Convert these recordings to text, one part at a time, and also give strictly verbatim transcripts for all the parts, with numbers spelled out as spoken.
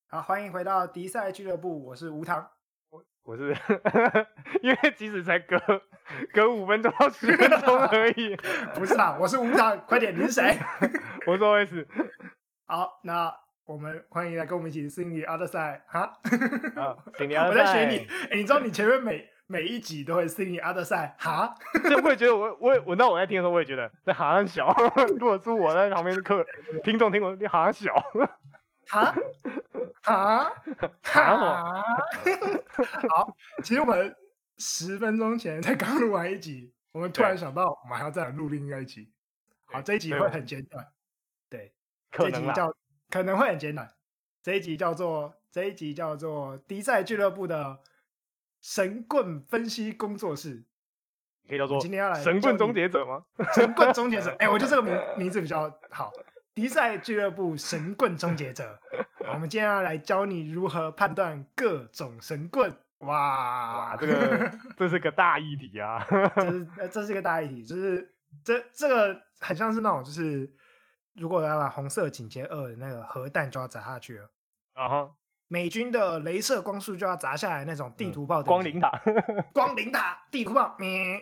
好，欢迎回到迪赛俱乐部，我是吴糖。 我我是因为即使才隔隔五分钟到十分钟而已。 不是啊，我是吴糖，快点，你是谁？ 我是 O S。 好，那我们欢迎来跟我们一起 sing the other side 哈。 啊，sing the other 我在学你， side 哎，你知道你前面每每一集都会 sing the other side 哈？ 这我也觉得我我我那我在听的时候，我也觉得这好像小。如果是我在旁边是客听众听我，你好像小。 哈哈哈！好，其实我们十分钟前才刚录完一集，我们突然想到，我们还要再来录另外一集。好，这一集会很简短，对， 可能啦， 这一集叫可能会很简短。这一集叫做这一集叫做迪赛俱乐部的神棍分析工作室， 可以叫做今天要来神棍终结者吗？ 神棍终结者，哎、欸，我觉得这个名名字比较好。迪赛俱乐部神棍终结者，我们今天要来教你如何判断各种神棍。哇， 哇，这个这是个大议题啊！ 这是这是个大议题，就是这这个很像是那种，就是如果要把红色警戒二的那个核弹就要砸下去了啊哈， 美军的雷射光束就要砸下来那种地图炮、嗯， 光灵塔， 光灵塔地图炮，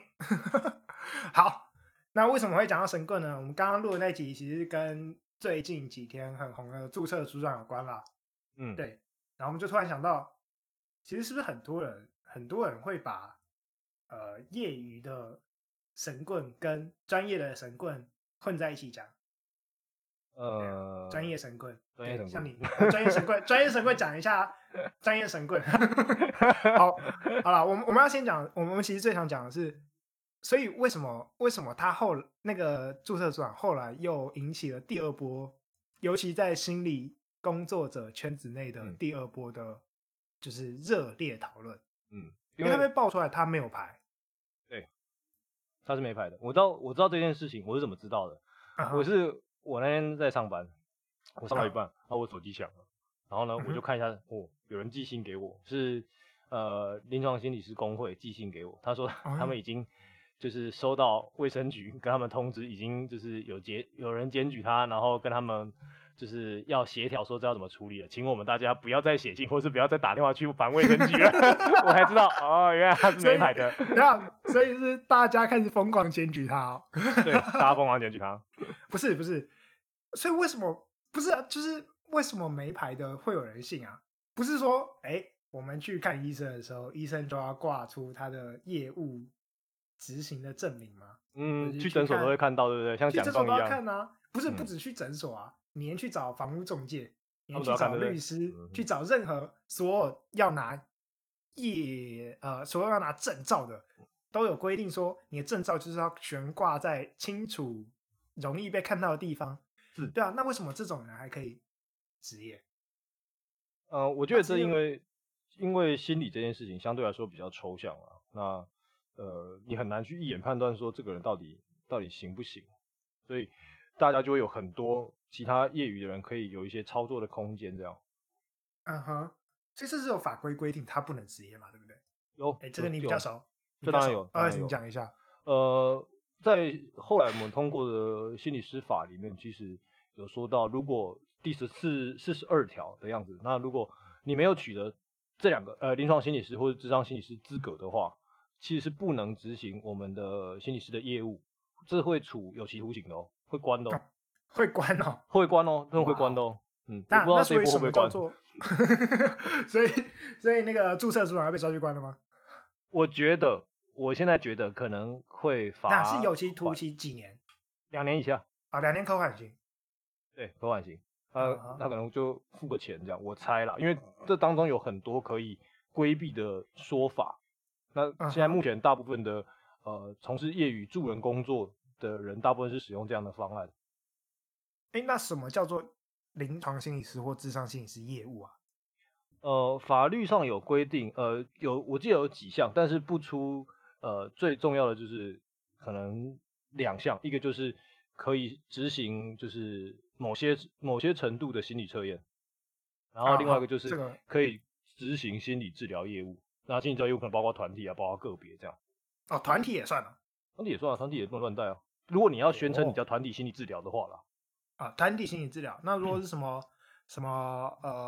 好。那为什么会讲到神棍呢？我们刚刚录的那集其实跟最近几天很红的注册组长有关啦。嗯，对。然后我们就突然想到，其实是不是很多人很多人会把呃业余的神棍跟专业的神棍混在一起讲？呃，专业神棍， 专业神棍， 像你专业神棍，专业神棍讲一下专业神棍。好，好了，我们我们要先讲，我们其实最想讲的是。所以为什么为什么他后那个注册组长后来又引起了第二波，尤其在心理工作者圈子内的第二波的，就是热烈讨论。嗯，因为他被爆出来他没有牌， 对，他是没牌的。我知道我知道这件事情，我是怎么知道的？ uh-huh. 我是我那天在上班，我上到一半，然后我手机响了，然后呢我就看一下，哦，有人寄信给我，是呃临床心理师工会寄信给我，他说他们已经。就是收到卫生局跟他们通知，已经就是有检有人检举他，然后跟他们就是要协调说这要怎么处理了，请我们大家不要再写信，或是不要再打电话去烦卫生局了。我才知道哦，原来他是没牌的。 所, 所以是大家开始疯狂检举他哦。 对，大家疯狂检举他。 不是不是，所以为什么不是、啊？就是为什么没牌的会有人信啊？不是说哎、欸，我们去看医生的时候，医生就要挂出他的业务执行的证明吗？ 嗯，去诊所都会看到，对不对？像奖状一样。 去诊所都要看啊，不是不止去诊所啊，嗯、你连去找房屋中介，你连去找律师，对对去找任何所有要拿业呃所有要拿证照的，都有规定说，你的证照就是要悬挂在清楚、容易被看到的地方。 是， 对啊，那为什么这种人还可以职业？ 呃，我觉得这因为因为心理这件事情相对来说比较抽象啊，那。呃，你很难去一眼判断说这个人到底到底行不行，所以大家就会有很多其他业余的人可以有一些操作的空间，这样。 嗯哼，所以这是有法规规定他不能职业嘛，对不对？ 有， 哎，这个你比较熟， 这当然有。 二你讲一下。 呃，在后来我们通过的心理师法里面，其实有说到，如果第十四四十二条的样子，那如果你没有取得这两个呃临床心理师或者諮商心理师资格的话。其实是不能执行我们的心理师的业务，这会处有期徒刑的哦，会关的哦， 会关哦， 会关哦，真的会关的哦。嗯， 那我不知道这一波会不会关。 所以，所以那个注册组长要被抓去关了吗？ 我觉得，我现在觉得可能会罚。 那是有期徒刑几年？ 两年以下。 啊，两年扣缓刑。 对，扣缓刑，他、uh-huh. 他可能就付个钱这样，我猜啦，因为这当中有很多可以规避的说法。那现在目前大部分的、uh-huh. 呃从事业余助人工作的人，大部分是使用这样的方案。 哎，那什么叫做临床心理师或諮商心理师业务啊？ 呃，法律上有规定，呃，有我记得有几项，但是不出呃最重要的就是可能两项，一个就是可以执行就是某些某些程度的心理测验，然后另外一个就是可以执行心理治疗业务。那心理治疗业务可能包括团体啊，包括个别这样。 哦，团体也算啊， 团体也算啊，团体也不能乱带啊。如果你要宣称你叫团体心理治疗的话啦。 啊，团体心理治疗，那如果是什么、嗯、什么呃，我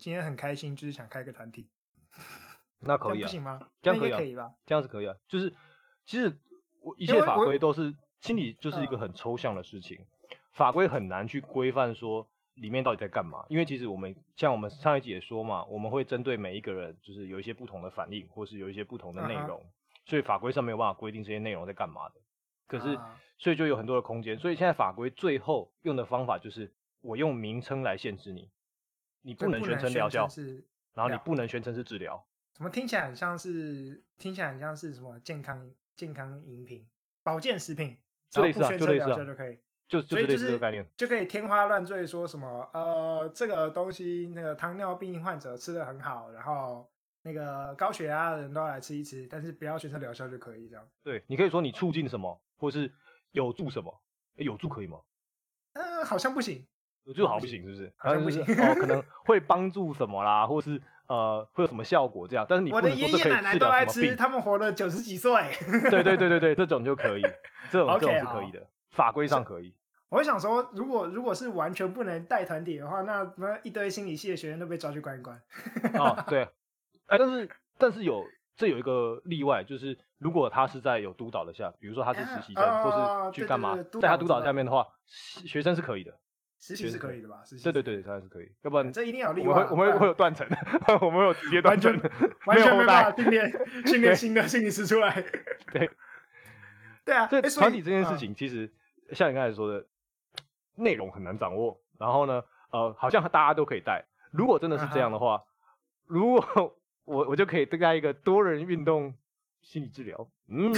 今天很开心，就是想开个团体， 那可以啊， 不行吗？ 这样可以啊， 可以吧？ 这样是可以啊。就是其实我一切法规都是心理，就是一个很抽象的事情，嗯、法规很难去规范说里面到底在干嘛。因为其实我们像我们上一集也说嘛，我们会针对每一个人，就是有一些不同的反应，或是有一些不同的内容，uh huh. 所以法规上没有办法规定这些内容在干嘛的。可是， uh huh. 所以就有很多的空间。所以现在法规最后用的方法就是我用名称来限制你，你不能宣称疗效，然后你不能宣称是治疗。 怎么听起来很像是听起来很像是什么健康健康饮品、保健食品， 就类似啊， 就类似啊，就可以， 就就是类似这个概念， 就可以天花乱坠说什么呃这个东西那个糖尿病患者吃的很好，然后那个高血压的人都要来吃一吃，但是不要宣称疗效就可以这样。 对，你可以说你促进什么，或是有助什么，有助可以吗？ 嗯、呃，好像不行。 有助好像不行，是不是？ 好像不行。 哦，可能会帮助什么啦，或是呃会有什么效果这样，但是你不能说这可以治疗什么病。我的爷爷奶奶都爱吃， 他们活了九十几岁。 对对对对对，这种就可以，这种、okay, 这种是可以的，法规上可以。 我会想说，如果如果是完全不能带团体的话，那那一堆心理系的学生都被抓去关一关。 哦，对，哎，但是但是有这有一个例外，就是如果他是在有督导的下，比如说他是实习生， 啊、 或是去干嘛， 对对对， 在他督导下面的话，学生是可以的。 实习是可以的吧？实习对对对，当然是可以，要不然这一定要有例外。 我们会有断层，我们有直接断层， 完全没办法训练训练新的心理师出来。 对， 对啊， 所以团体这件事情，其实像你刚才说的，内容很难掌握。然后呢，呃，好像大家都可以带。如果真的是这样的话，如果我我就可以带一个多人运动心理治疗，嗯。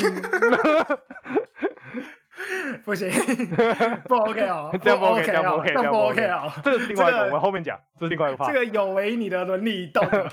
不行，不 OK 哦， 这样不 OK， 这样不 OK， 这样不 OK 哦。 这个是另外一个，我们后面讲，这是另外一个。 这个有违你的伦理道德。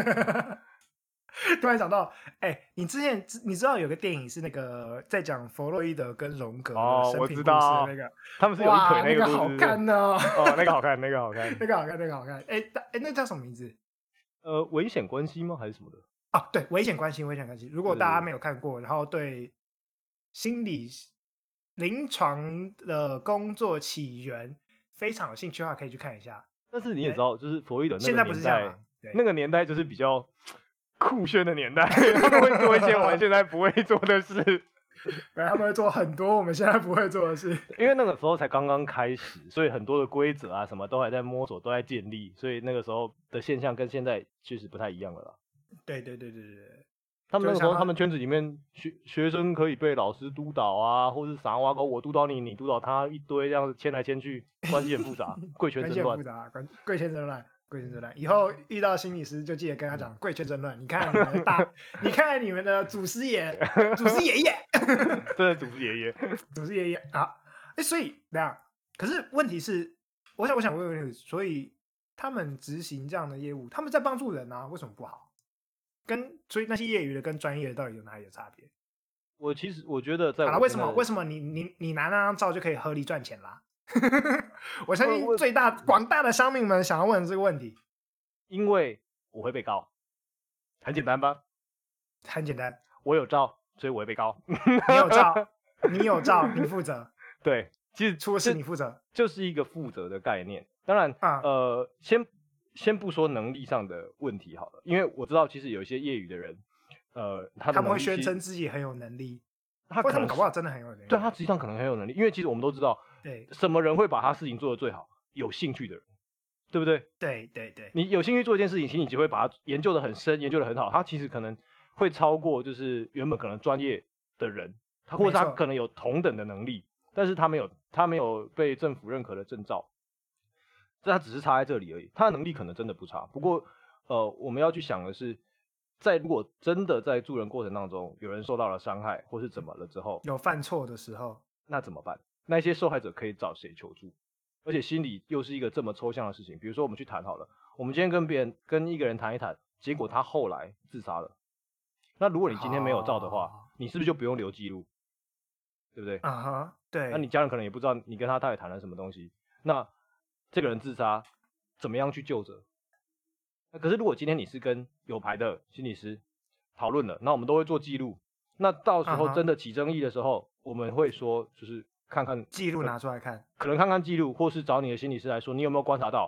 突然想到，哎、欸，你之前你知道有个电影是那个在讲弗洛伊德跟荣格的生平故事的那个， 哦、他们是有一腿那个，那个好看呢、哦。 哦，那个好看，那个好看， 那个好看，那个好看。哎、欸，哎、欸，那叫什么名字？ 呃，危险关系吗？还是什么的？ 啊，对，危险关系，危险关系。如果大家没有看过，然后对心理临床的工作起源非常有兴趣的话，可以去看一下。 但是你也知道，就是弗洛伊德那个现在不是这样、啊， 那个年代就是比较酷炫的年代，他们会做一些我们现在不会做的事。 对，他们会做很多我们现在不会做的事。 因为那个时候才刚刚开始，所以很多的规则啊什么都还在摸索，都在建立，所以那个时候的现象跟现在确实不太一样了啦。 对对对对对。 他们那个时候，他们圈子里面学学生可以被老师督导啊，或是啥挖沟，我督导你，你督导他，一堆这样子牵来牵去，关系很复杂，贵圈争乱。 关系很复杂，关贵圈争乱，贵圈争乱。以后遇到心理师就记得跟他讲贵圈争乱。你看你们的大，你看你们的祖师爷，祖师爷爷， 真的祖师爷爷， 祖师爷爷啊！哎，所以这样，可是问题是，我想我想问问题，所以他们执行这样的业务，他们在帮助人啊，为什么不好？跟所以那些业余的跟专业的到底有哪里有差别？ 我其实我觉得在好了，为什么为什么你你你拿那张照就可以合理赚钱啦？我相信最大广大的乡民们想要问这个问题， 因为我会被告，很简单吧？ 很简单， 我有照，所以我会被告。 你有照，你有照，你负责。 对，其实出事你负责， 就是一个负责的概念。当然，啊、呃，先。先不说能力上的问题好了，因为我知道其实有一些业余的人，呃，他的他们会宣称自己很有能力， 他可能搞不好真的很有能力。 对，他实际上可能很有能力，因为其实我们都知道， 对， 什么人会把他事情做得最好？有兴趣的人，对不对？ 对对对， 你有兴趣做一件事情，其实你就会把它研究得很深，研究得很好，他其实可能会超过就是原本可能专业的人，他或者他可能有同等的能力，但是他没有他没有被政府认可的证照。这他只是差在这里而已，他的能力可能真的不差。不过，呃，我们要去想的是，在如果真的在助人过程当中有人受到了伤害或是怎么了之后， 有犯错的时候， 那怎么办？那些受害者可以找谁求助？而且心理又是一个这么抽象的事情。比如说，我们去谈好了，我们今天跟别人跟一个人谈一谈，结果他后来自杀了。那如果你今天没有照的话，哦、你是不是就不用留记录？对不对？ 啊哈、uh-huh, 对。 那你家人可能也不知道你跟他到底谈了什么东西。那这个人自杀，怎么样去救责？那可是如果今天你是跟有牌的心理师讨论了，那我们都会做记录。那到时候真的起争议的时候， uh-huh. 我们会说，就是看看记录拿出来看， 可能看看记录，或是找你的心理师来说，你有没有观察到？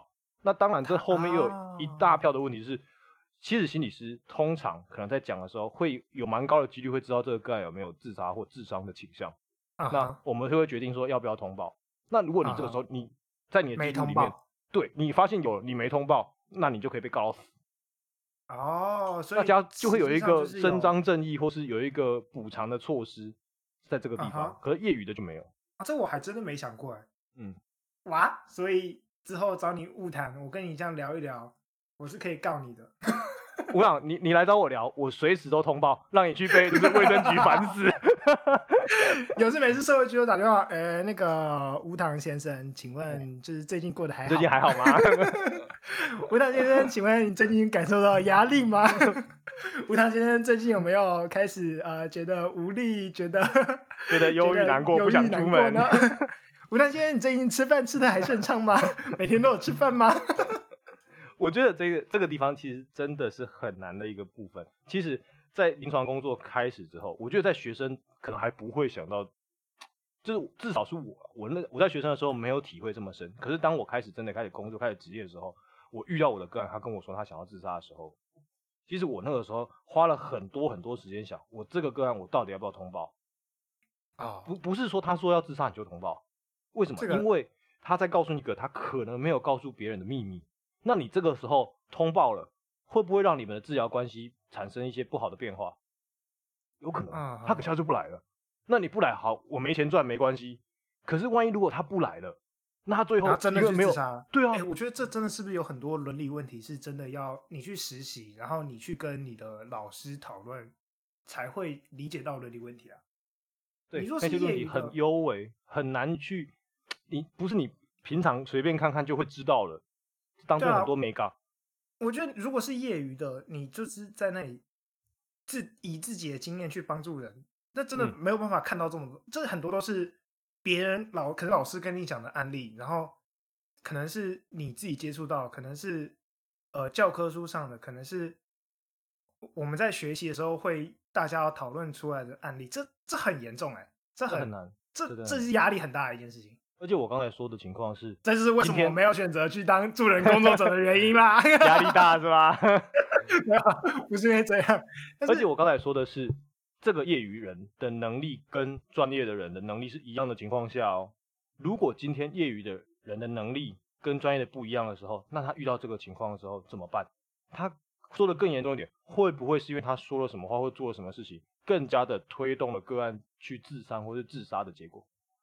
那当然，这后面又有一大票的问题是，其实心理师通常可能在讲的时候，会有蛮高的几率会知道这个个案有没有自杀或自伤的倾向。 Uh-huh. 那我们就会决定说要不要通报。那如果你这个时候你在你的记录里面，对你发现有你没通报，那你就可以被告到死。 哦，所以大家就会有一个伸张正义，或是有一个补偿的措施在这个地方。Uh-huh. 可是业余的就没有啊，这我还真的没想过哎。 嗯， 哇，所以之后找你晤谈，我跟你这样聊一聊，我是可以告你的。 我想你你来找我聊，我随时都通报，让你去被就是卫生局烦死。 有事没事社会局都打电话，呃，那个吴唐先生，请问就是最近过得还好？ 最近还好吗？ 吴唐先生，请问你最近感受到压力吗？吴唐先生最近有没有开始呃觉得无力，觉得觉得忧郁难过，不想出门呢？吴唐先生，你最近吃饭吃的还顺畅吗？每天都有吃饭吗？ 我觉得这个这个地方其实真的是很难的一个部分。其实，在临床工作开始之后，我觉得在学生可能还不会想到，就是至少是我，我那我在学生的时候没有体会这么深。可是当我开始真的开始工作、开始职业的时候，我遇到我的个案，他跟我说他想要自杀的时候，其实我那个时候花了很多很多时间想，我这个个案我到底要不要通报？ 啊、哦， 不不是说他说要自杀你就通报，为什么？ 这个、 因为他在告诉你一个他可能没有告诉别人的秘密。那你这个时候通报了，会不会让你们的治疗关系产生一些不好的变化？有可能，他可能下就不来了。那你不来好，我没钱赚没关系。可是万一如果他不来了，那他最后真的没有自杀？ 对啊、 欸，我觉得这真的是不是有很多伦理问题，是真的要你去实习，然后你去跟你的老师讨论，才会理解到伦理问题啊。 对， 你说是那些问题很幽微，很难去，你不是你平常随便看看就会知道了。当中很多美感、啊， 我觉得如果是业余的，你就是在那里自以自己的经验去帮助人，那真的没有办法看到这么多。嗯、这很多都是别人老可能老师跟你讲的案例，然后可能是你自己接触到，可能是呃教科书上的，可能是我们在学习的时候会大家要讨论出来的案例。这这很严重哎、欸，这很很难， 这这是压力很大的一件事情。 而且我刚才说的情况是， 这是为什么我没有选择去当助人工作者的原因啦。 压力大是吧？ 没有，不是因为这样。 而且我刚才说的是，这个业余人的能力跟专业的人的能力是一样的情况下哦。如果今天业余的人的能力跟专业的不一样的时候，那他遇到这个情况的时候怎么办？他说的更严重一点，会不会是因为他说了什么话或做了什么事情，更加的推动了个案去自伤或是自杀的结果？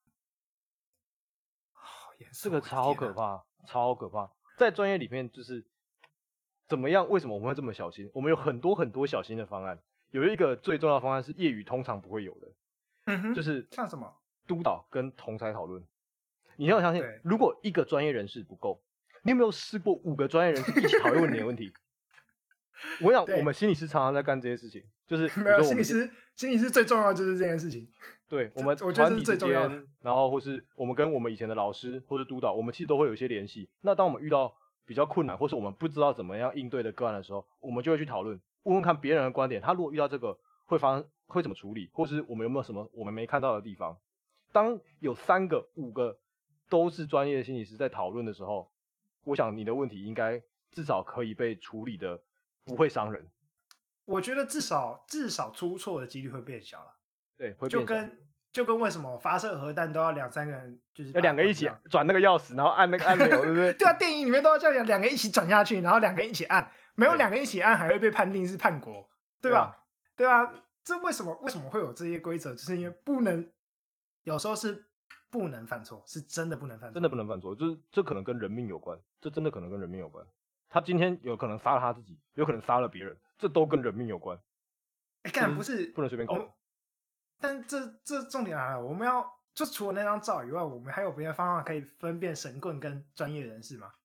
这个超可怕，超可怕。在专业里面，就是怎么样？为什么我们会这么小心？我们有很多很多小心的方案。有一个最重要的方案是业余通常不会有的， 嗯哼， 就是像什么督导跟同侪讨论。你要相信，如果一个专业人士不够，你有没有试过五个专业人士一起讨论你的问题？我想，我们心理师常常在干这些事情，就是没有心理师，心理师最重要的就是这件事情。 对，我们团体之间，然后或是我们跟我们以前的老师或是督导，我们其实都会有一些联系。那当我们遇到比较困难，或是我们不知道怎么样应对的个案的时候，我们就会去讨论，问问看别人的观点。他如果遇到这个会发生会怎么处理，或是我们有没有什么我们没看到的地方。当有三个、五个都是专业的心理师在讨论的时候，我想你的问题应该至少可以被处理的不会伤人。 我觉得至少至少出错的几率会变小了。 对，会变小。就跟就跟为什么发射核弹都要两三个人，就是要两个一起转那个钥匙，然后按那个按钮，对不对？ 对啊，电影里面都要叫两个一起转下去，然后两个人一起按，没有两个一起按还会被判定是叛国，对吧？对啊，对啊，这为什么为什么会有这些规则？就是因为不能，有时候是不能犯错，是真的不能犯错， 真的不能犯错，就是这可能跟人命有关，这真的可能跟人命有关。他今天有可能杀了他自己，有可能杀了别人，这都跟人命有关。 哎，干不是不能随便搞。 但这这重点来了，我们要就除了那张照以外，我们还有别的方法可以分辨神棍跟专业人士吗？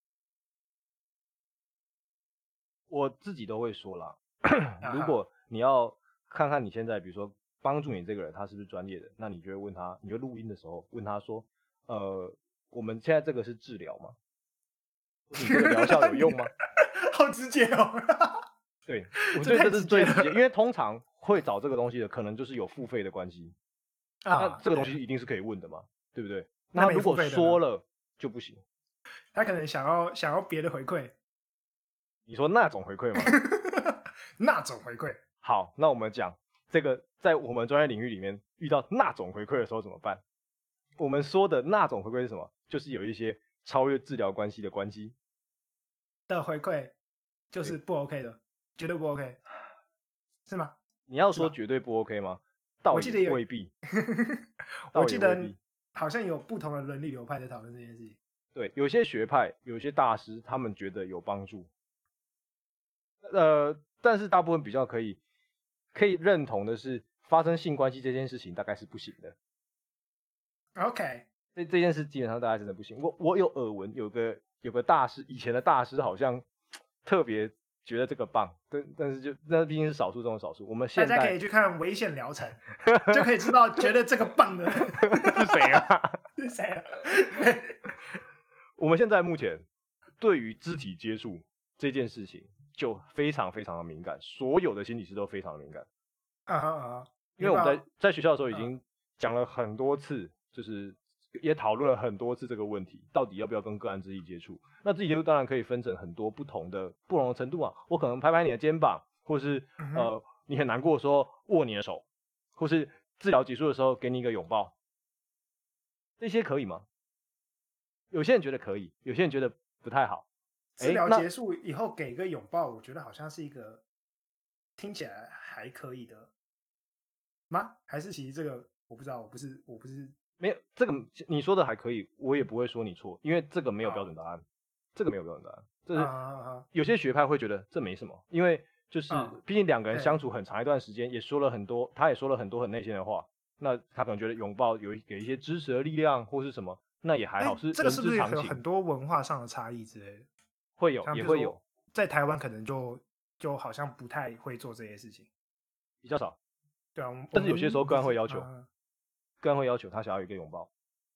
我自己都会说啦，如果你要看看你现在，比如说帮助你这个人他是不是专业的，那你就会问他，你就录音的时候问他说，呃，我们现在这个是治疗吗？你这个疗效有用吗？ 好直接哦。 对，我觉得这是最直接，因为通常会找这个东西的，可能就是有付费的关系啊。那这个东西一定是可以问的嘛，对不对？那如果说了就不行。 他可能想要想要别的回馈。 你说那种回馈吗？ 那种回馈。 好，那我们讲这个，在我们专业领域里面遇到那种回馈的时候怎么办？我们说的那种回馈是什么？就是有一些超越治疗关系的关系的回馈，就是不 OK 的，绝对不 OK， 是吗？ 你要说绝对不 OK 吗？倒也未必。 我记得好像有不同的伦理流派在讨论这件事情。 对，有些学派，有些大师，他们觉得有帮助。呃，但是大部分比较可以可以认同的是，发生性关系这件事情大概是不行的。 OK， 这这件事基本上大家真的不行。我我有耳闻，有个有个大师，以前的大师好像特别觉得这个棒，但但是就那毕竟是少数中的少数。我们现在大家可以去看《危险疗程》，就可以知道觉得这个棒的是谁啊？ 是谁啊？ 我们现在目前对于肢体接触这件事情就非常非常的敏感，所有的心理师都非常的敏感。 啊啊！ 因为我们在在学校的时候已经讲了很多次，就是也讨论了很多次这个问题，到底要不要跟个案肢体接触？那肢体接触当然可以分成很多不同的不同的程度啊。我可能拍拍你的肩膀，或是呃你很难过的时候握你的手，或是治疗结束的时候给你一个拥抱，这些可以吗？有些人觉得可以，有些人觉得不太好。 治疗结束以后给个拥抱，我觉得好像是一个听起来还可以的吗？还是其实这个我不知道，我不是我不是没有这个你说的还可以，我也不会说你错，因为这个没有标准答案，这个没有标准答案。这是有些学派会觉得这没什么，因为就是毕竟两个人相处很长一段时间，也说了很多，他也说了很多很内心的话，那他可能觉得拥抱有给一些支持的力量或是什么，那也还好，是这个是不是有很多文化上的差异之类的？ 会有，也会有。 在台湾可能就就好像不太会做这些事情， 比较少。 对啊， 但是有些时候个案会要求，个案会要求他想要一个拥抱。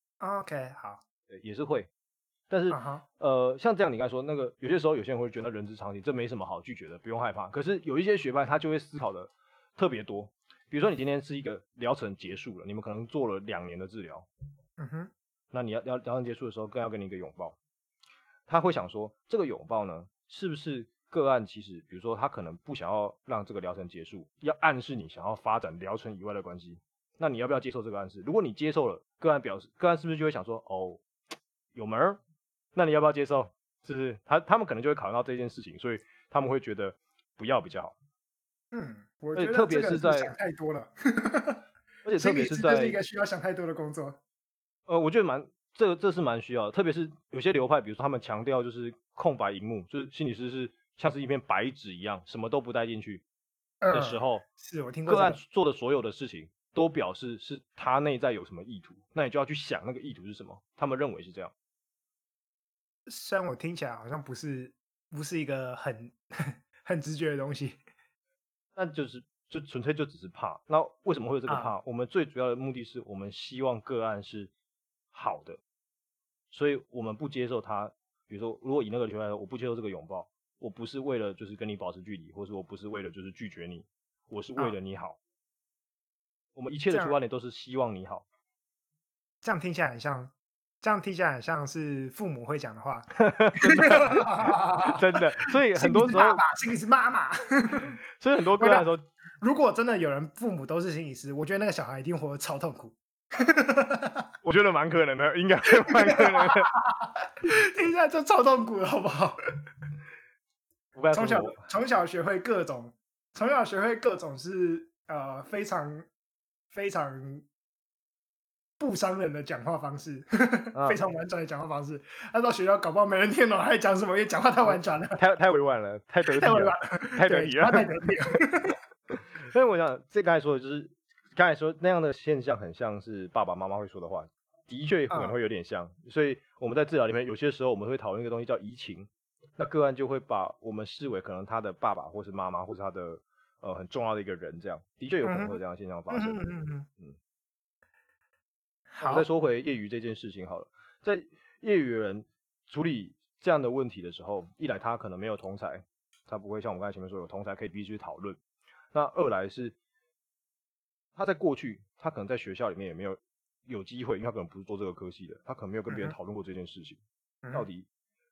OK， 好， 对，也是会。但是、uh-huh. 呃，像这样你刚才说那个，有些时候有些人会觉得人之常情，这没什么好拒绝的，不用害怕。可是有一些学派他就会思考的特别多，比如说你今天是一个疗程结束了，你们可能做了两年的治疗， 嗯哼， 那你要要疗程结束的时候，更要给你一个拥抱。他会想说，这个拥抱呢，是不是个案其实，比如说他可能不想要让这个疗程结束，要暗示你想要发展疗程以外的关系，那你要不要接受这个暗示？如果你接受了，个案表示，个案是不是就会想说，哦，有门儿？那你要不要接受？是不是？他他们可能就会考虑到这件事情，所以他们会觉得不要比较好。 嗯，我觉得特别是在想太多了， 而且特别是在这是一个需要想太多的工作。 呃，我觉得蛮这个这是蛮需要的，特别是有些流派，比如说他们强调就是空白荧幕，就是心理师是像是一片白纸一样，什么都不带进去的时候， 呃、是我听过、 这个、个案做的所有的事情都表示是他内在有什么意图，那你就要去想那个意图是什么，他们认为是这样。 虽然我听起来好像不是不是一个很很直觉的东西， 那就是就纯粹就只是怕。那为什么会有这个怕？啊、我们最主要的目的是我们希望个案是好的，所以我们不接受他。比如说，如果以那个流派来说，我不接受这个拥抱，我不是为了就是跟你保持距离，或是我不是为了就是拒绝你，我是为了你好。啊、我们一切的出发点都是希望你好。 这样听起来很像。这样听起来很像是父母会讲的话， 真的，真的。所以很多时候， 爸爸心里是妈妈。 所以很多个案说， 如果真的有人父母都是心理师，我觉得那个小孩一定活得超痛苦。 我觉得蛮可能的，应该蛮可能的。 听起来就超痛苦了，好不好？从小从小学会各种，从小学会各种是呃非常非常。不伤人的讲话方式，非常婉转的讲话方式。按照学校搞不好没人听懂他在讲什么，因为讲话太婉转了， 太太委婉了，太得体了，太得体了， 太得体了。 所以我想，这刚才说的就是刚才说那样的现象，很像是爸爸妈妈会说的话，的确可能会有点像。嗯、所以我们在治疗里面，有些时候我们会讨论一个东西叫移情，那个案就会把我们视为可能他的爸爸或是妈妈，或是他的呃很重要的一个人，这样的确有可能会有这样的现象发生。 嗯嗯嗯嗯。我们再说回业余这件事情好了，在业余人处理这样的问题的时候，一来他可能没有同侪，他不会像我们刚才前面说有同侪可以必须讨论；那二来是他在过去他可能在学校里面也没有有机会，因为他可能不是做这个科系的，他可能没有跟别人讨论过这件事情。 嗯、 到底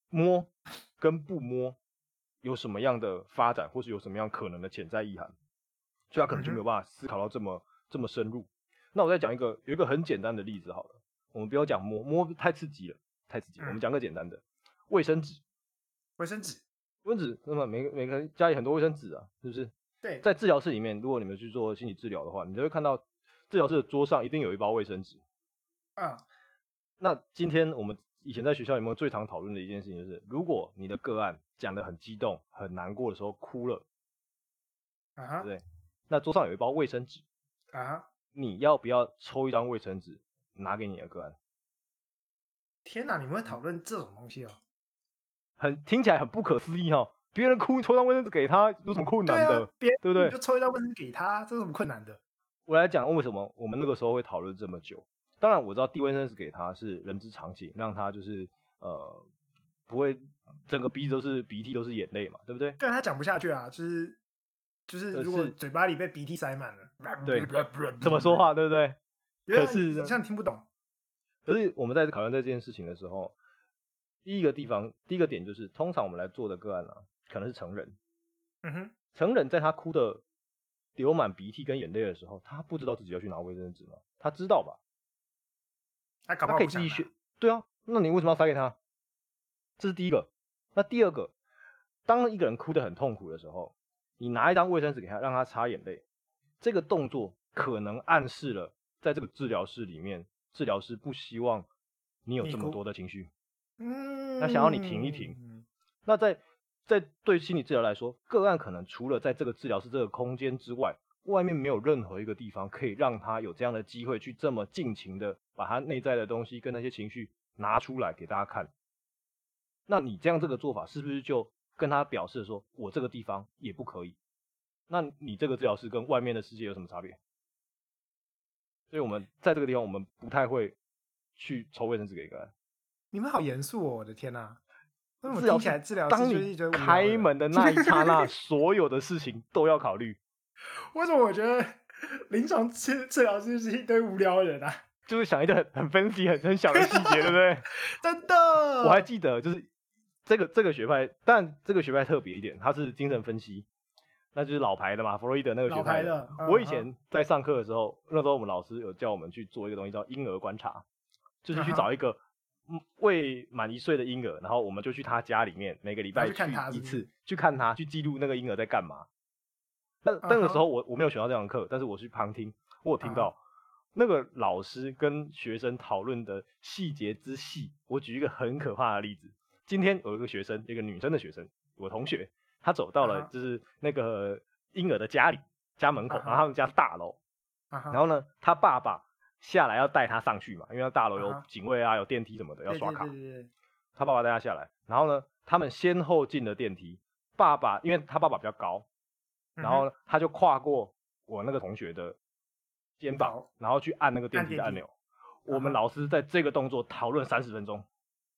摸跟不摸有什么样的发展，或是有什么样可能的潜在意涵，所以他可能就没有办法思考到这么、嗯、这么深入。那我再讲一个，有一个很简单的例子好了，我们不要讲摸，摸太刺激了，太刺激了。嗯、我们讲个简单的，卫生纸。 卫生纸， 卫生纸，那么每个每个人家里很多卫生纸啊，是不是？ 对。 在治疗室里面，如果你们去做心理治疗的话，你就会看到治疗室的桌上一定有一包卫生纸。 啊。 那今天我们以前在学校有没有最常讨论的一件事情，就是如果你的个案讲得很激动、很难过的时候哭了， 啊哈， 对不对？那桌上有一包卫生纸， 啊哈， 你要不要抽一张卫生纸拿给你的个案？ 天哪，你们会讨论这种东西哦？ 很听起来很不可思议哦。别人哭，抽张卫生纸给他，有什么困难的？ 对啊， 对不对？ 你就抽一张卫生纸给他，这有什么困难的？ 我来讲为什么我们那个时候会讨论这么久。当然我知道递卫生纸给他是人之常情，让他就是呃不会整个鼻子都是鼻涕都是眼泪嘛，对不对？ 对，他讲不下去啊，就是就是如果嘴巴里被鼻涕塞满了， 对，怎么说话，对不对？可是好像听不懂。 可是我们在讨论这件事情的时候，第一个地方，第一个点就是，通常我们来做的个案啊，可能是成人。 嗯哼， 成人在他哭的流满鼻涕跟眼泪的时候，他不知道自己要去拿卫生纸吗？他知道吧？ 他搞不好他可以自己选。对啊，那你为什么要塞给他？这是第一个。那第二个，当一个人哭得很痛苦的时候，你拿一张卫生纸给他，让他擦眼泪，这个动作可能暗示了，在这个治疗室里面，治疗师不希望你有这么多的情绪， 嗯， 他想要你停一停。嗯、那在在对心理治疗来说，个案可能除了在这个治疗室这个空间之外，外面没有任何一个地方可以让他有这样的机会去这么尽情的把他内在的东西跟那些情绪拿出来给大家看。那你这样这个做法是不是就跟他表示说，我这个地方也不可以？那你这个治疗师跟外面的世界有什么差别？所以我们在这个地方，我们不太会去抽卫生纸给个案。 你们好严肃哦！我的天哪，为什么治疗听起来治疗当你开门的那一刹那，所有的事情都要考虑。 为什么我觉得临床治治疗师是一堆无聊的人啊？ 就是想一个很很分析、很很小的细节，对不对？ 真的， 我还记得，就是这个这个学派，但这个学派特别一点，它是精神分析，那就是老牌的嘛，弗洛伊德那个学派的。 的嗯、 我以前在上课的时候，那时候我们老师有叫我们去做一个东西叫婴儿观察，就是去找一个未满一岁的婴儿，然后我们就去他家里面，每个礼拜去一次，去看他，去记录那个婴儿在干嘛。那那个时候我我没有选到这堂课，但是我去旁听，我有听到。那个老师跟学生讨论的细节之细，我举一个很可怕的例子。今天有一个学生，一个女生的学生，我同学，她走到了就是那个婴儿的家里家门口，然后他们家大楼，然后呢，他爸爸下来要带他上去嘛，因为他大楼有警卫啊，有电梯什么的要刷卡。 对对对对， 他爸爸带他下来，然后呢，他们先后进了电梯。爸爸因为他爸爸比较高，然后他就跨过我那个同学的肩膀，然后去按那个电梯的按钮。我们老师在这个动作讨论三十分钟，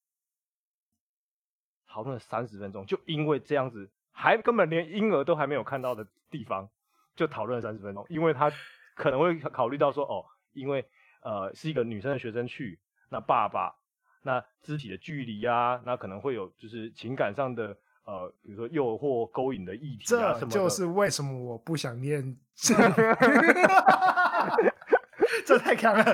讨论了三十分钟，就因为这样子，还根本连婴儿都还没有看到的地方，就讨论了三十分钟。因为他可能会考虑到说，哦，因为呃是一个女生的学生去，那爸爸那肢体的距离啊，那可能会有就是情感上的。呃，比如说诱惑、勾引的议题啊什么的， 这就是为什么我不想念这，这太强了，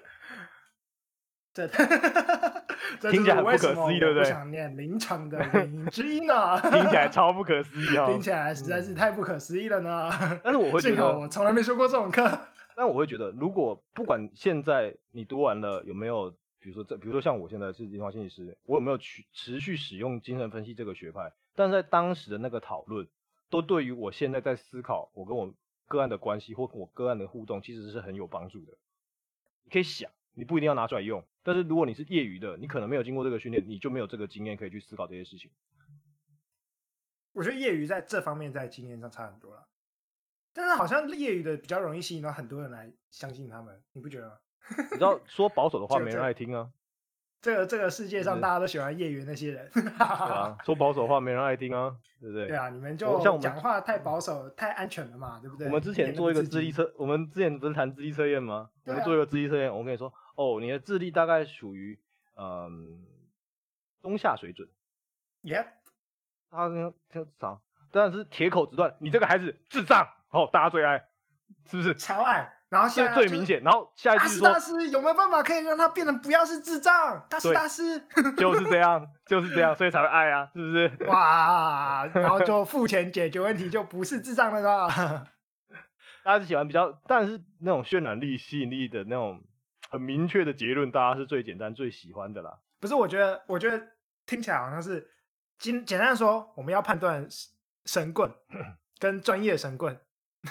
这这听起来很不可思议，对不对？ 不想念临床的原因之一呢， 听起来超不可思议哦， 听起来实在是太不可思议了呢。 但是我会觉得， 幸好我从来没修过这种课。 但我会觉得，如果不管现在你读完了有没有。比如说这，比如说像我现在是临床心理师，我有没有去持续使用精神分析这个学派？但是在当时的那个讨论，都对于我现在在思考我跟我个案的关系或跟我个案的互动，其实是很有帮助的。你可以想，你不一定要拿出来用，但是如果你是业余的，你可能没有经过这个训练，你就没有这个经验可以去思考这些事情。 我觉得业余在这方面在经验上差很多了，但是好像业余的比较容易吸引到很多人来相信他们，你不觉得吗？ 你知道说保守的话没人爱听啊， 这个这个世界上大家都喜欢业余那些人， 对啊，说保守的话没人爱听啊，对不对？ 对啊，你们就像讲话太保守、太安全了嘛，对不对？ 我们之前做一个智力测，我们之前不是谈智力测验吗？我们做一个智力测验，我跟你说，哦，你的智力大概属于嗯中下水准， 耶， 他那这啥？当然是铁口直断，你这个孩子智障，哦，大家最爱，是不是？ 超爱。然后现在最明显，然后下一句说大师大师有没有办法可以让他变成不要是智障？大师大师就是这样，就是这样，所以才会爱啊，是不是？ 哇，然后就付钱解决问题，就不是智障了啦。 大家是喜欢比较，但是那种渲染力、吸引力的那种很明确的结论，大家是最简单、最喜欢的啦。 不是，我觉得，我觉得听起来好像是简简单的说，我们要判断神棍跟专业神棍。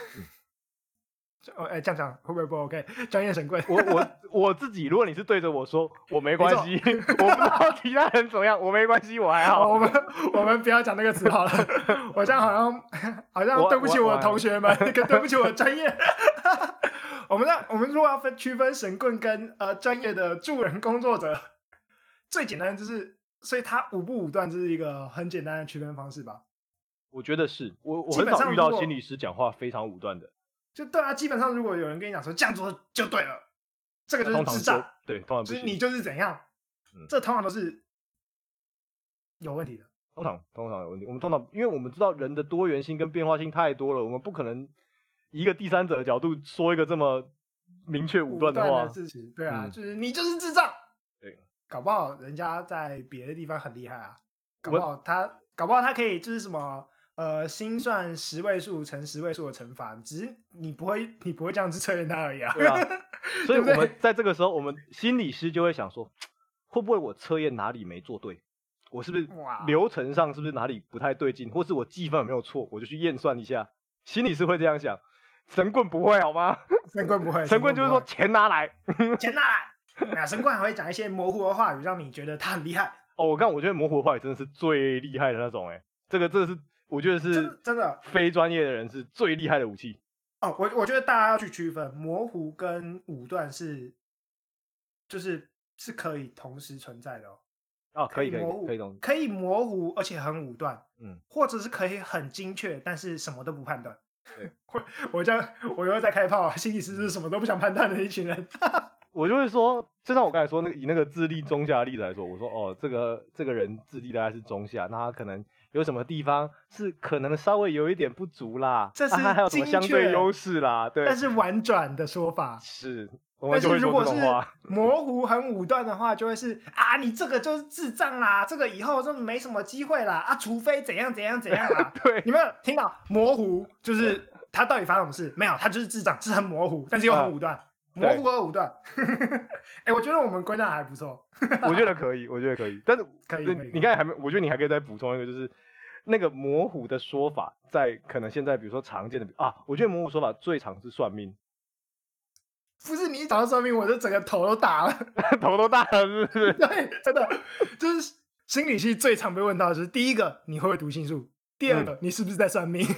哦，哎，这样讲会不会不 OK？ 专业神棍， 我我我自己，如果你是对着我说，我没关系，我不知道其他人怎么样，我没关系，我还好。 我们我们不要讲那个词好了，我这样好像好像对不起我的同学们，跟对不起我的专业。我们那我们如果要分区分神棍跟呃专业的助人工作者，最简单的就是，所以他武不武断，这是一个很简单的区分方式吧？ 我觉得是，我我很少遇到心理师讲话非常武断的。 就对啊，基本上如果有人跟你讲说这样做就对了，这个就是智障， 对，通常就是你就是怎样，嗯、这通常都是有问题的。 通常通常有问题。我们通常，因为我们知道人的多元性跟变化性太多了，我们不可能以一个第三者的角度说一个这么明确武断的话。 的事情，对啊，嗯、就是你就是智障。 对， 搞不好人家在别的地方很厉害啊，搞不好他搞不好他可以就是什么。呃，心算十位数乘十位数的乘法，只是你不会，你不会这样子测验它而已啊。 对啊，所以我们在这个时候，我们心理师就会想说，会不会我测验哪里没做对？我是不是流程上是不是哪里不太对劲，或是我计分有没有错？我就去验算一下。心理师会这样想，神棍不会好吗？ 神棍不会， 神棍就是说钱拿来， 钱拿来。神棍还会讲一些模糊的话语，让你觉得他很厉害。 哦，我看我觉得模糊的话语真的是最厉害的那种、欸，哎，这个这个是。我觉得是真的， 非专业的人是最厉害的武器。 哦，我我觉得大家要去区分模糊跟武断是，就是是可以同时存在的哦。 哦，可以可以模糊， 可以同可以模糊而且很武断， 嗯， 或者是可以很精确，但是什么都不判断。对，我这样我又在开炮，心理师是什么都不想判断的一群人。 我就会说，就像我刚才说那个以那个智力中下的例子来说，我说哦，这个这个人智力大概是中下，那他可能。有什么地方是可能稍微有一点不足啦？ 这是啊、还有什么相对优势啦？对， 但是婉转的说法是，我们就会说这种话。模糊很武断的话，就会是啊，你这个就是智障啦，这个以后就没什么机会啦啊，除非怎样怎样怎样啦。 对， 你们有听到模糊就是他到底发生什么事？没有，他就是智障，是很模糊，但是又很武断。啊模糊而武断，哎、欸，我觉得我们归纳还不错。 我觉得可以，我觉得可以，但是可以， 你刚才还没，我觉得你还可以再补充一个，就是那个模糊的说法，在可能现在比如说常见的啊，我觉得模糊说法最常是算命。 不是你一讲到算命，我就整个头都大了， 头都大了，是不是？ 对，真的就是心理系最常被问到的是第一个，你会不会读心术？第二个，嗯、你是不是在算命？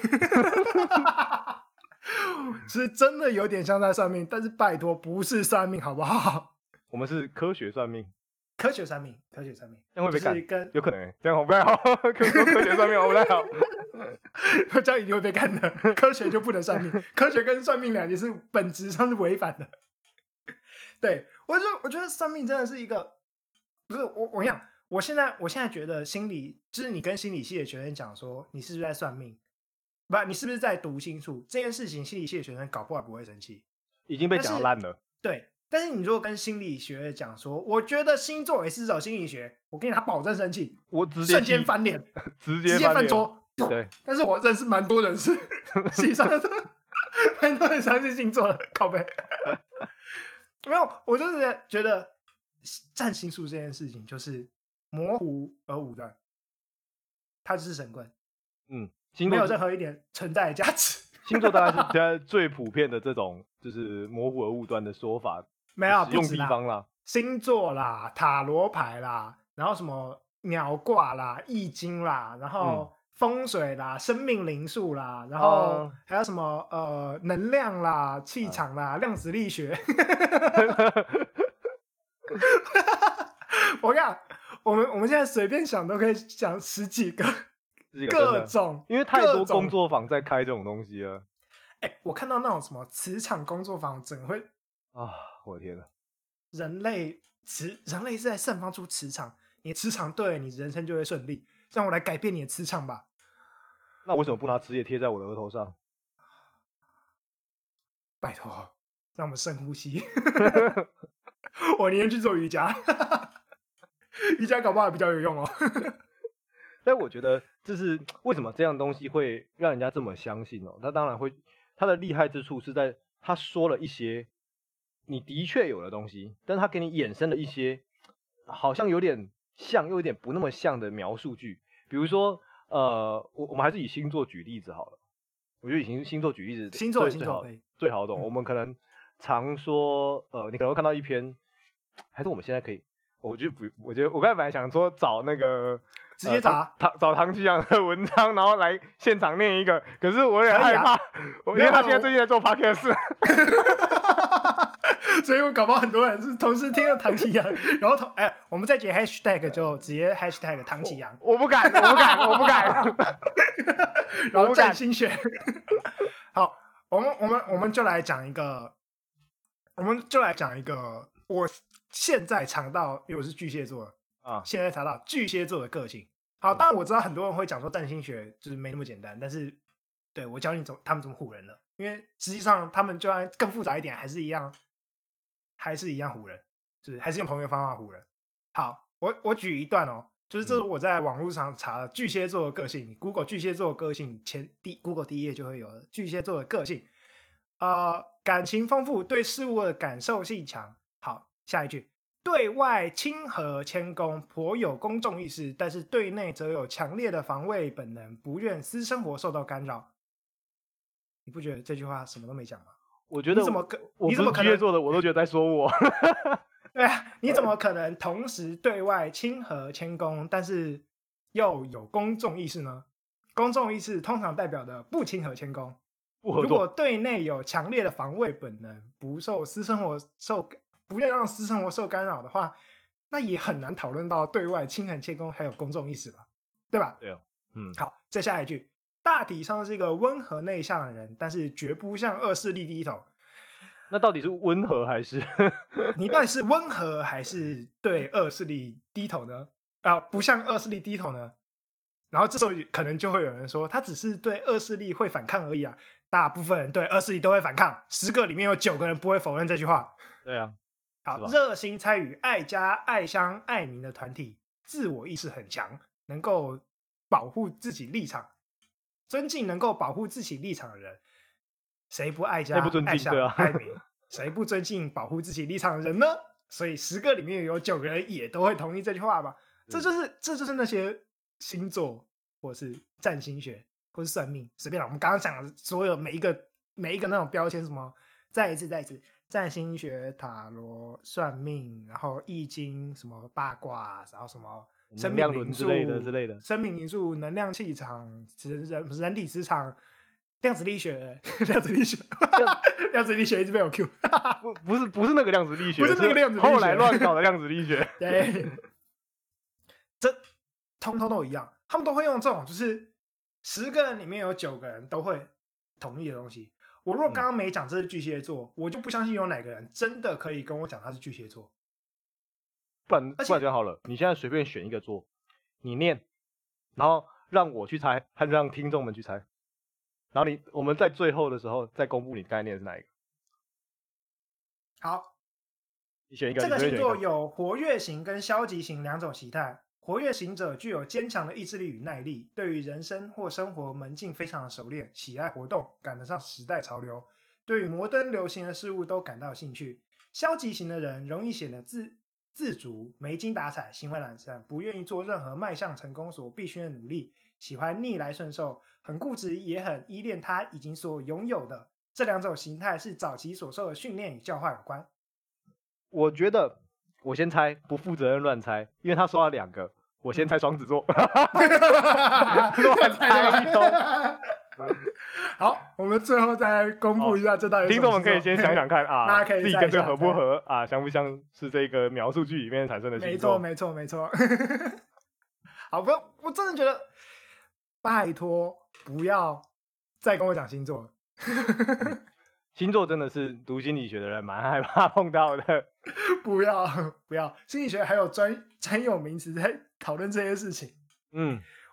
是真的有点像在算命，但是拜托不是算命好不好？ 我们是科学算命， 科学算命，科学算命， 这样会被干？ 跟有可能、欸，这样好不太好。科科学算命好不太好， 这样一定会被干的。科学就不能算命，科学跟算命两件事本质上是违反的。对，我就我觉得算命真的是一个，不是我我讲，我现在我现在觉得心理就是你跟心理系的学生讲说，你是不是在算命？不，你是不是在读心术？这件事情，心理系的学生搞不好不会生气， 已经被讲烂了。 对，但是你如果跟心理学讲说，我觉得星座也是走心理学，我跟你他保证生气， 我直接瞬间翻脸， 直接直接翻桌。 对， 但是我认识蛮多人是系上的，蛮多人相信星座的，靠背。没有，我就是觉得占星术这件事情就是模糊而武断，它就是神棍。 嗯。 没有任何一点存在的价值。 星座大概是现在最普遍的这种就是模糊而武断的说法， 没有使用地方啦， 星座啦、塔罗牌啦，然后什么鸟卦啦、易经啦，然后风水啦、生命灵数啦，然后还有什么呃能量啦、气场啦、量子力学。我跟你讲，我们我们现在随便想都可以讲十几个。各种， 因为太多工作坊在开这种东西了。 哎、欸，我看到那种什么磁场工作坊，整会啊，我的天哪！ 人类磁，人类是在散发出磁场，你磁场对了，你人生就会顺利。 让我来改变你的磁场吧。 那为什么不拿磁铁贴在我的额头上？ 拜托，让我们深呼吸。我宁愿去做瑜伽，瑜伽搞不好还比较有用哦。 但我觉得这是为什么这样东西会让人家这么相信哦？他当然会，他的厉害之处是在他说了一些你的确有的东西，但是他给你衍生了一些好像有点像又有点不那么像的描述句。比如说，呃，我我们还是以星座举例子好了。我觉得以星星座举例子， 星座最好星座可以最好懂。嗯、我们可能常说，呃，你可能会看到一篇，还是我们现在可以，我觉得不，我觉得我刚才本来想说找那个。 直接找、 呃、唐找唐启阳的文章，然后来现场念一个，可是我有点害怕，啊、因为他现在最近在做 podcast， 所以我搞不好很多人是同时听了唐启阳，然后同哎，我们再接 hashtag 就直接 hashtag 唐启阳， 我不敢，我不敢，我不敢， 然后占星学。好，我们我们我们就来讲一个，我们就来讲一个，我现在尝到，因为我是巨蟹座的。啊，现在查到巨蟹座的个性。好，当然我知道很多人会讲说占星学就是没那么简单，但是对我教你怎么他们怎么唬人了，因为实际上他们就算更复杂一点，还是一样，还是一样唬人，就是还是用同一个方法唬人。好，我我举一段哦，就是这是我在网络上查的巨蟹座的个性，你 Google 巨蟹座的个性前第 Google 第一页就会有了巨蟹座的个性，呃，感情丰富，对事物的感受性强。好，下一句。对外亲和谦恭，颇有公众意识，但是对内则有强烈的防卫本能，不愿私生活受到干扰。你不觉得这句话什么都没讲吗？ 我觉得你怎么可我不是巨蟹座的，我都觉得在说我。 对啊，你怎么可能同时对外亲和谦恭，但是又有公众意识呢？公众意识通常代表的不亲和谦恭， 不合作。 如果对内有强烈的防卫本能，不受私生活受。不愿让私生活受干扰的话，那也很难讨论到对外亲和谦恭还有公众意识吧，对吧？ 对啊，嗯。 好，再下一句，大体上是一个温和内向的人，但是绝不向恶势力低头。 那到底是温和还是？ 你到底是温和还是对恶势力低头呢？啊，不向恶势力低头呢？然后这时候可能就会有人说，他只是对恶势力会反抗而已啊。大部分人对恶势力都会反抗，十个里面有九个人不会否认这句话。 对啊。 好，热心参与爱家、爱乡、爱民的团体，自我意识很强，能够保护自己立场，尊敬能够保护自己立场的人。谁不爱家、 不尊敬爱乡、 啊、 爱民？谁不尊敬保护自己立场的人呢？所以十个里面有九个人也都会同意这句话吧？这就是这就是那些星座，或是占星学，或是算命，随便了。我们刚刚讲的所有每一个每一个那种标签，什么再一次再一次。占星学、塔罗、算命，然后易经，什么八卦，然后什么生命灵数之类的之类的， 生命灵数、能量气场、人人体磁场、量子力学、量子力学、量子力学一直被我 Q， 不不是不是那个量子力学， 不是那个量子力学， 后来乱搞的量子力学。 对，这通通都一样，他们都会用这种，就是十个人里面有九个人都会同意的东西。我如果刚刚没讲这是巨蟹座、嗯，我就不相信有哪个人真的可以跟我讲他是巨蟹座。 不然不然就好了，你现在随便选一个座，你念，然后让我去猜，还是让听众们去猜，然后你我们在最后的时候再公布你概念是哪一个。 好， 你选一个。 这个星座有活跃型跟消极型两种形态。活跃型者具有坚强的意志力与耐力，对于人生或生活门径非常的熟练，喜爱活动，赶得上时代潮流，对于摩登流行的事物都感到兴趣。消极型的人容易显得自自足、没精打采、行为懒散，不愿意做任何迈向成功所必须的努力，喜欢逆来顺受，很固执，也很依恋他已经所拥有的。这两种形态是早期所受的训练与教化有关。 我觉得我先猜，不负责任乱猜，因为他说了两个，我先猜双子座，乱猜一通。 好，我们最后再公布一下这到底是什么。 听众们可以先想想看啊， 可以自己跟这个合不合啊，像不像是这个描述句里面产生的星座？ 没错，没错，没错。好，不，我真的觉得，拜托不要再跟我讲星座了。 星座真的是读心理学的人蛮害怕碰到的。 不要不要，心理学还有专专有名词在讨论这些事情。 嗯，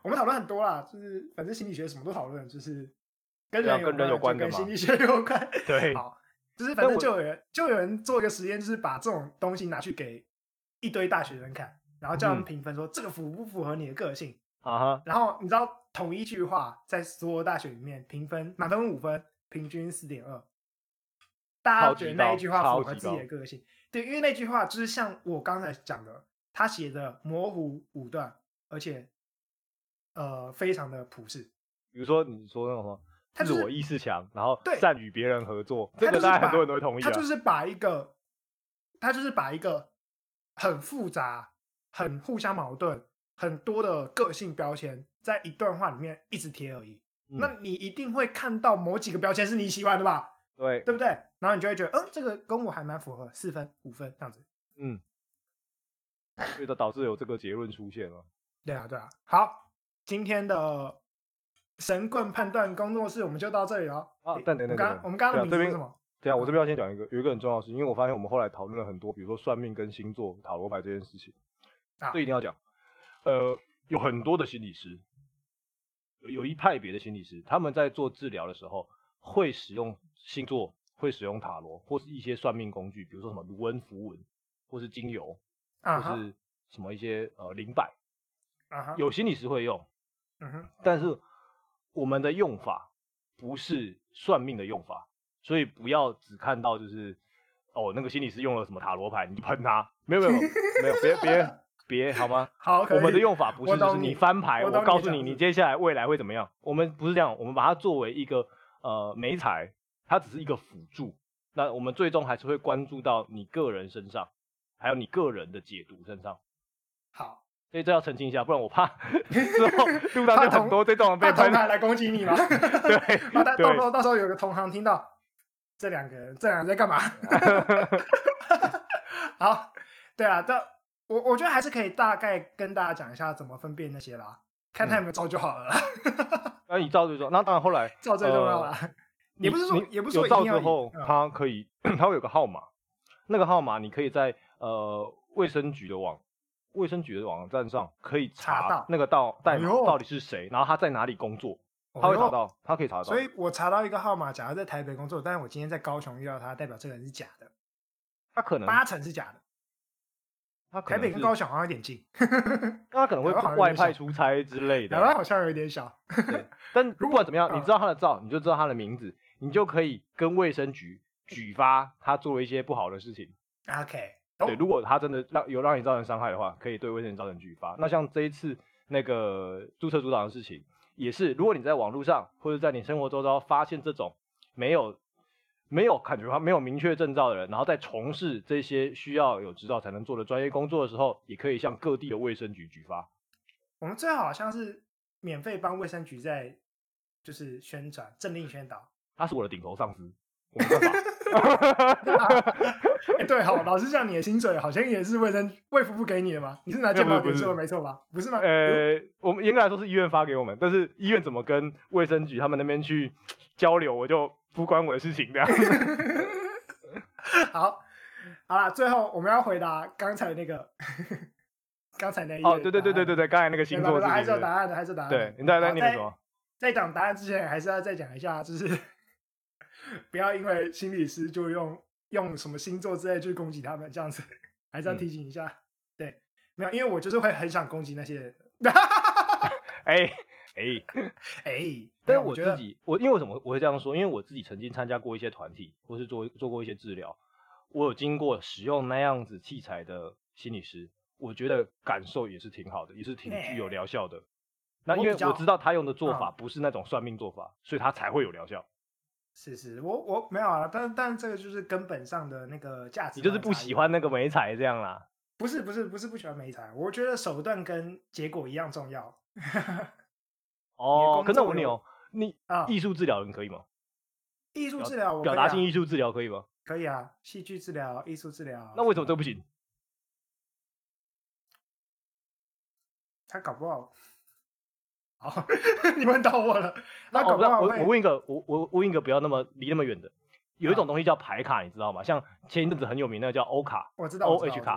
我们讨论很多啦，就是反正心理学什么都讨论，就是跟人有跟人有关的跟心理学有关。 对， 好，就是反正就有人就有人做一个实验，就是把这种东西拿去给一堆大学生看，然后叫他们评分说、嗯、这个符不符合你的个性啊哈。 然后你知道同一句话在所有大学里面评分满分五分，平均四点二。大家觉得那一句话符合自己的个性，对，因为那句话就是像我刚才讲的，他写的模糊武断，而且呃非常的普世。 比如说你说那种什么自我意识强，然后善与别人合作， 这个大概很多人都会同意、啊。 他就是把一个，他就是把一个很复杂、很互相矛盾、很多的个性标签，在一段话里面一直贴而已。嗯、那你一定会看到某几个标签是你喜欢的吧？ 对， 对不对？然后你就会觉得，嗯，这个跟我还蛮符合，四分、五分这样子。 嗯，所以就导致有这个结论出现了。 对啊，对啊。好，今天的神棍判断工作室我们就到这里了。 啊，等等等等， 我们刚刚的名字是什么？ 对啊，我这边要先讲一个，有一个很重要的事情，因为我发现我们后来讨论了很多，比如说算命跟星座、塔罗牌这件事情，啊，这一定要讲。呃，有很多的心理师，有一派别的心理师，他们在做治疗的时候会使用星座，会使用塔罗，或是一些算命工具，比如说什么卢恩符文，或是精油，啊、或是什么一些呃灵摆，啊、有心理师会用，嗯哼，但是我们的用法不是算命的用法，所以不要只看到就是哦那个心理师用了什么塔罗牌，你喷他，没有没有没有，别别别好吗？ 好， 我们的用法不是就是你你翻牌，我, 我告诉你你接下来未来会怎么样，我们不是这样，我们把它作为一个呃媒材，它只是一个辅助，那我们最终还是会关注到你个人身上，还有你个人的解读身上。 好。 所以这要澄清一下，不然我怕之后路上就很多这种被喷来攻击你嘛。 对， 到到时候到时候有个同行听到这两个人这两个人在干嘛？好，对啊，这我我觉得还是可以大概跟大家讲一下怎么分辨那些啦，看他有没有照就好了啦。 那你照最重要，那当然后来照最重要啦。呃、也不是说也不是说有照之后，它可以它会有个号码，那个号码你可以在呃卫生局的网。卫生局的网站上可以查到那个到代码到底是谁，然后他在哪里工作，他会查到，他可以查到。 所以我查到一个号码，假如在台北工作，但是我今天在高雄遇到他，代表这个人是假的。 他可能八成是假的。 他台北跟高雄好像有点近， 他可能会外派出差之类的。 台湾好像有点小。 对，但不管怎么样，你知道他的照，你就知道他的名字，你就可以跟卫生局举发他做了一些不好的事情。 OK。 对，如果他真的让有让你造成伤害的话，可以对卫生局造成举发。那像这一次那个注册组长的事情，也是，如果你在网络上或者在你生活周遭发现这种没有没有感觉没有明确证照的人，然后在从事这些需要有执照才能做的专业工作的时候，也可以向各地的卫生局举发。 我们最好像是免费帮卫生局在就是宣传政令宣导。 他是我的顶头上司，我没办法。 欸、对，好，老实讲，你的薪水好像也是卫生卫福部给你的吗？你是拿健保给说的没错吧？不是吗？ 呃，我们严格来说是医院发给我们，但是医院怎么跟卫生局他们那边去交流，我就不关我的事情这样。 好，好啦，最后我们要回答刚才那个，刚才那一哦，对对对对对对，刚才那个星座是还是有答案的，还是有答案的。 对，你在在念什么？ 在讲答案之前，还是要再讲一下，就是不要因为心理师就用用什么星座之类去攻击他们，这样子还是要提醒一下。嗯、对，没有，因为我就是会很想攻击那些人。 哎哎哎， 但是我自己，我因为为什么我会这样说？因为我自己曾经参加过一些团体，或是做做过一些治疗，我有经过使用那样子器材的心理师，我觉得感受也是挺好的，也是挺具有疗效的。那因为我知道他用的做法不是那种算命做法，嗯、所以他才会有疗效。 是是，我我没有啊，但但这个就是根本上的那个价值。 你就是不喜欢那个媒材这样啦？ 不是不是不是不喜欢媒材，我觉得手段跟结果一样重要。 哦，可是我问你哦，你艺术治疗人可以吗？ 艺术治疗我、啊、 表达性艺术治疗可以吗？ 可以啊，戏剧治疗、艺术治疗。 那为什么这不行？ 他搞不好。好，你问到我了。那搞不好、 哦、我我问一个，我我问一个不要那么离那么远的，有一种东西叫牌卡，你知道吗？像前一阵子很有名那个叫欧卡， 我知道 O H 卡。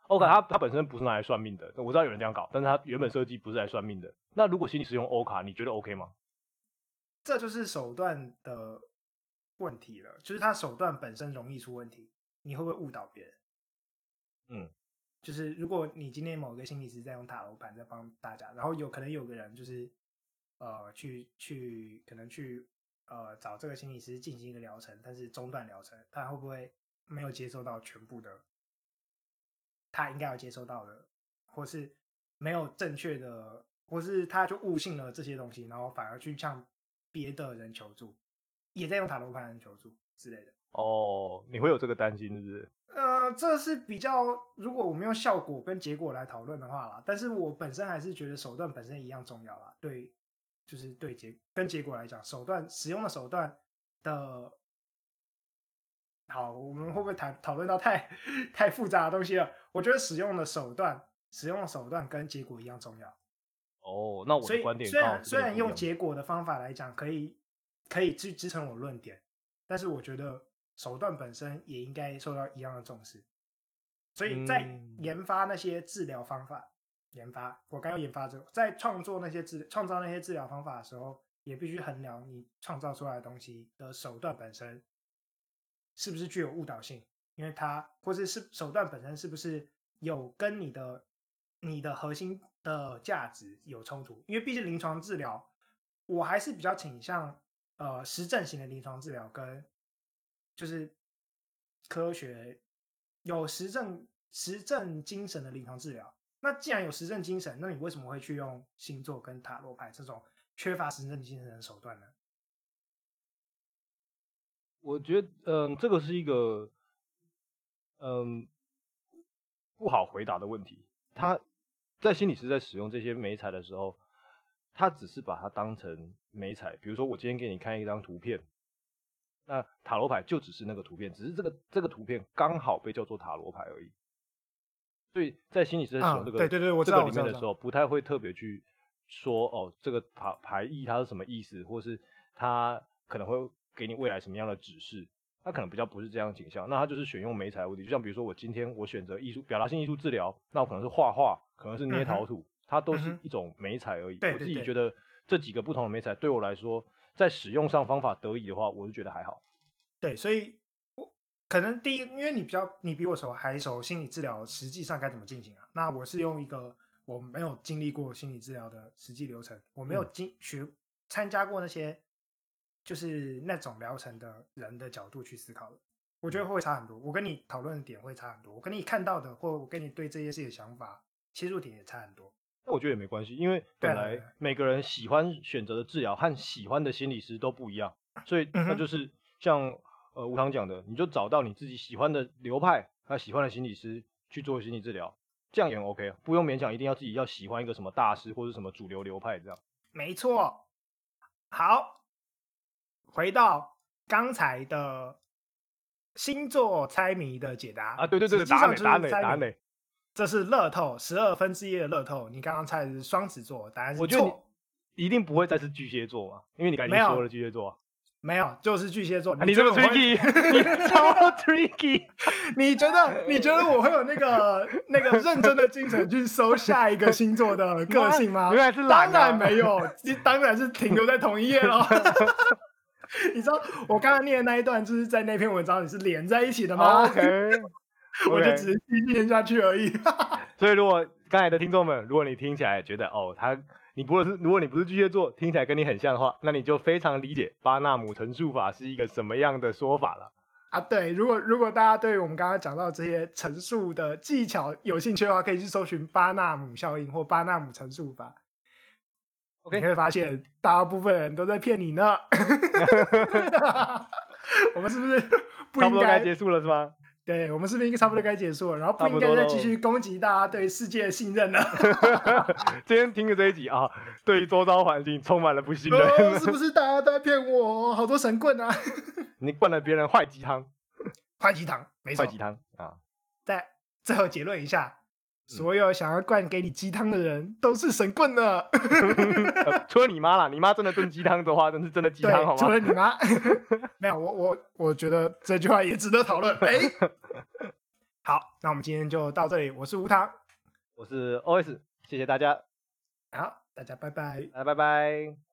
OK， 它它本身不是拿来算命的，我知道有人这样搞，但是它原本设计不是来算命的。那如果心理师用欧卡，你觉得 OK 吗？ 这就是手段的问题了，就是他手段本身容易出问题，你会不会误导别人？ 嗯， 就是如果你今天某个心理师在用塔罗牌在帮大家，然后有可能有个人就是呃去去可能去呃找这个心理师进行一个疗程，但是中断疗程，他会不会没有接收到全部的他应该要接收到的，或是没有正确的，或是他就误信了这些东西，然后反而去向别的人求助，也在用塔罗牌人求助之类的。 哦，你会有这个担心是不是？ 呃，这是比较，如果我们用效果跟结果来讨论的话啦，但是我本身还是觉得手段本身一样重要啦。对，就是对结跟结果来讲，手段使用的手段的，好，我们会不会谈讨论到太太复杂的东西了？我觉得使用的手段，使用的手段跟结果一样重要。 哦，那我所以的观点虽然刚好是虽然用跟你不一样结果的方法来讲，可以可以去支撑我论点，但是我觉得手段本身也应该受到一样的重视。所以在嗯研发那些治疗方法，研发我刚刚研发之后，在创作那些治创造那些治疗方法的时候，也必须衡量你创造出来的东西的手段本身是不是具有误导性，因为它或是是手段本身是不是有跟你的你的核心的价值有冲突，因为毕竟临床治疗，我还是比较倾向呃实证型的临床治疗跟就是科学有实证实证精神的临床治疗。那既然有实证精神，那你为什么会去用星座跟塔罗牌这种缺乏实证精神的手段呢？ 我觉得，嗯，这个是一个，嗯，不好回答的问题。他在心理师在使用这些媒材的时候，他只是把它当成媒材。比如说，我今天给你看一张图片，那塔罗牌就只是那个图片，只是这个这个图片刚好被叫做塔罗牌而已。所以在心理师在使用这个、 啊、对对对，我知这道个里面的时候，不太会特别去说哦，这个牌牌意它是什么意思，或是它可能会给你未来什么样的指示。他可能比较不是这样倾向，那他就是选用媒材问题，就像比如说我今天我选择艺术表达性艺术治疗，那我可能是画画，可能是捏陶土，嗯、它都是一种媒材而已。 对对对， 我自己觉得这几个不同的媒材对我来说，在使用上方法得宜的话，我是觉得还好。 对，所以我可能第一，因为你比较你比我熟还熟心理治疗实际上该怎么进行啊？那我是用一个我没有经历过心理治疗的实际流程，我没有经学参加过那些。就是那种疗程的人的角度去思考的，我觉得会差很多。我跟你讨论的点会差很多，我跟你看到的，或我跟你对这些事的想法切入点也差很多。 那我觉得也没关系，因为本来每个人喜欢选择的治疗和喜欢的心理师都不一样，所以那就是像呃吴糖讲的，你就找到你自己喜欢的流派和喜欢的心理师去做心理治疗，这样也很 OK， 不用勉强一定要自己要喜欢一个什么大师或者什么主流流派这样。 没错，好。回到刚才的星座猜谜的解答啊，对对对，答哪答哪答哪， 这是乐透十二分之一的乐透，你刚刚猜的是双子座，答案是错。 我觉得你一定不会再是巨蟹座嘛，因为你刚才说了巨蟹座、啊， 没有，就是巨蟹座。 啊、你这么 tricky， 你超 tricky， 你觉得你觉得我会有那个那个认真的精神去搜下一个星座的个性吗？ 原来是懒、啊， 当然没有，你当然是停留在同一页咯。你知道我刚刚念的那一段，就是在那篇文章里是连在一起的吗 ？OK，, okay. 我就只是继续念下去而已。 所以，如果刚才的听众们，如果你听起来觉得哦，他你不是如果你不是巨蟹座，听起来跟你很像的话，那你就非常理解巴纳姆陈述法是一个什么样的说法了。 啊，对，如果如果大家对我们刚刚讲到这些陈述的技巧有兴趣的话，可以去搜寻巴纳姆效应或巴纳姆陈述法。Okay. 你会发现大部分人都在骗你呢。我们是不是不应该差不多该结束了是吗？ 对，我们是不是应该差不多该结束了？然后不应该再继续攻击大家对世界的信任了。 今天听的这一集啊，对于周遭环境充满了不信任、 哦。是不是大家都在骗我？好多神棍啊！ 你灌了别人坏鸡汤， 坏鸡汤，没错， 坏鸡汤啊！ 再最后结论一下。所有想要灌给你鸡汤的人都是神棍呢、 呃，除了你妈啦，你妈真的炖鸡汤的话，真是真的鸡汤好吗？ 除了你妈，没有我我我觉得这句话也值得讨论。哎， 好，那我们今天就到这里，我是吴糖， 我是 O S，谢谢大家， 好，大家拜拜， 来拜拜。